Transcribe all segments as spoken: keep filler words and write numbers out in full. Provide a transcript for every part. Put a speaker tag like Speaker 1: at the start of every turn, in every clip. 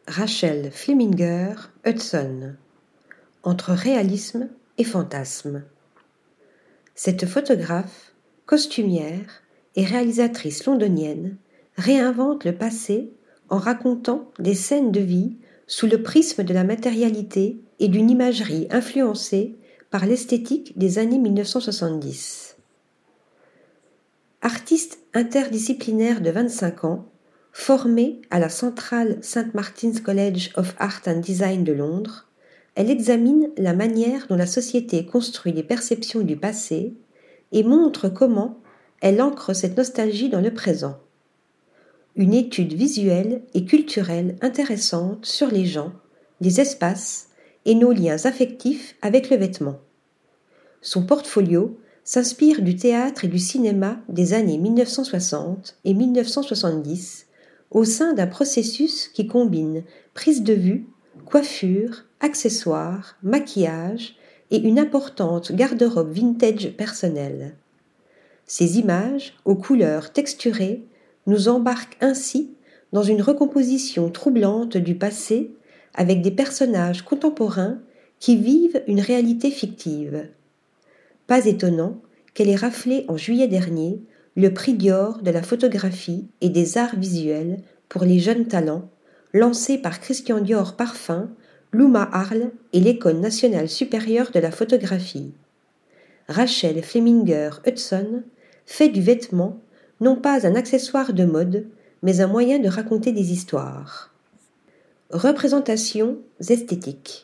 Speaker 1: Rachel Fleminger Hudson, entre réalisme et fantasme. Cette photographe, costumière et réalisatrice londonienne réinvente le passé en racontant des scènes de vie sous le prisme de la matérialité et d'une imagerie influencée par l'esthétique des années mille neuf cent soixante-dix. Artiste interdisciplinaire de vingt-cinq ans, formée à la Central Saint Martin's College of Art and Design de Londres, elle examine la manière dont la société construit les perceptions du passé et montre comment elle ancre cette nostalgie dans le présent. Une étude visuelle et culturelle intéressante sur les gens, les espaces et nos liens affectifs avec le vêtement. Son portfolio s'inspire du théâtre et du cinéma des années mille neuf cent soixante et mille neuf cent soixante-dix au sein d'un processus qui combine prise de vue, coiffure, accessoires, maquillage et une importante garde-robe vintage personnelle. Ces images, aux couleurs texturées, nous embarquent ainsi dans une recomposition troublante du passé avec des personnages contemporains qui vivent une réalité fictive. Pas étonnant qu'elle ait raflé en juillet dernier le prix Dior de la photographie et des arts visuels pour les jeunes talents, lancé par Christian Dior Parfum, Luma Arles et l'École nationale supérieure de la photographie. Rachel Fleminger Hudson fait du vêtement non pas un accessoire de mode, mais un moyen de raconter des histoires. Représentations esthétiques.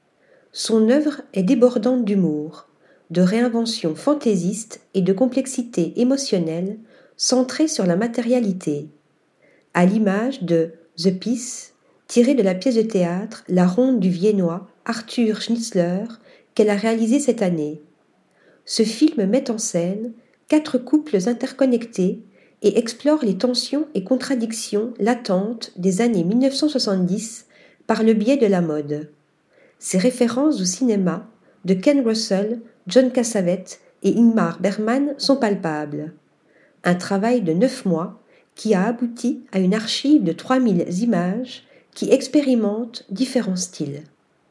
Speaker 1: Son œuvre est débordante d'humour, de réinvention fantaisiste et de complexité émotionnelle centrée sur la matérialité, à l'image de The Piece, tiré de la pièce de théâtre La Ronde du Viennois Arthur Schnitzler qu'elle a réalisé cette année. Ce film met en scène quatre couples interconnectés et explore les tensions et contradictions latentes des années mille neuf cent soixante-dix par le biais de la mode. Ses références au cinéma de Ken Russell, John Cassavetes et Ingmar Bergman sont palpables. Un travail de neuf mois qui a abouti à une archive de trois mille images qui expérimentent différents styles.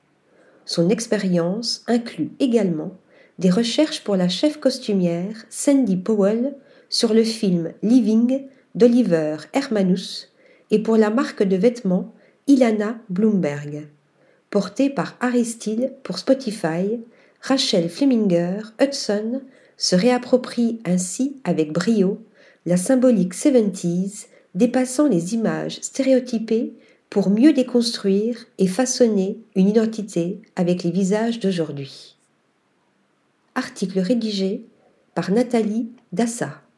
Speaker 1: Son expérience inclut également des recherches pour la chef costumière Sandy Powell sur le film Living d'Oliver Hermanus et pour la marque de vêtements Ilana Bloomberg. Portée par Harry Steele pour Spotify, Rachel Fleminger Hudson se réapproprie ainsi avec brio la symbolique soixante-dix, dépassant les images stéréotypées pour mieux déconstruire et façonner une identité avec les visages d'aujourd'hui. Article rédigé par Nathalie Dassa.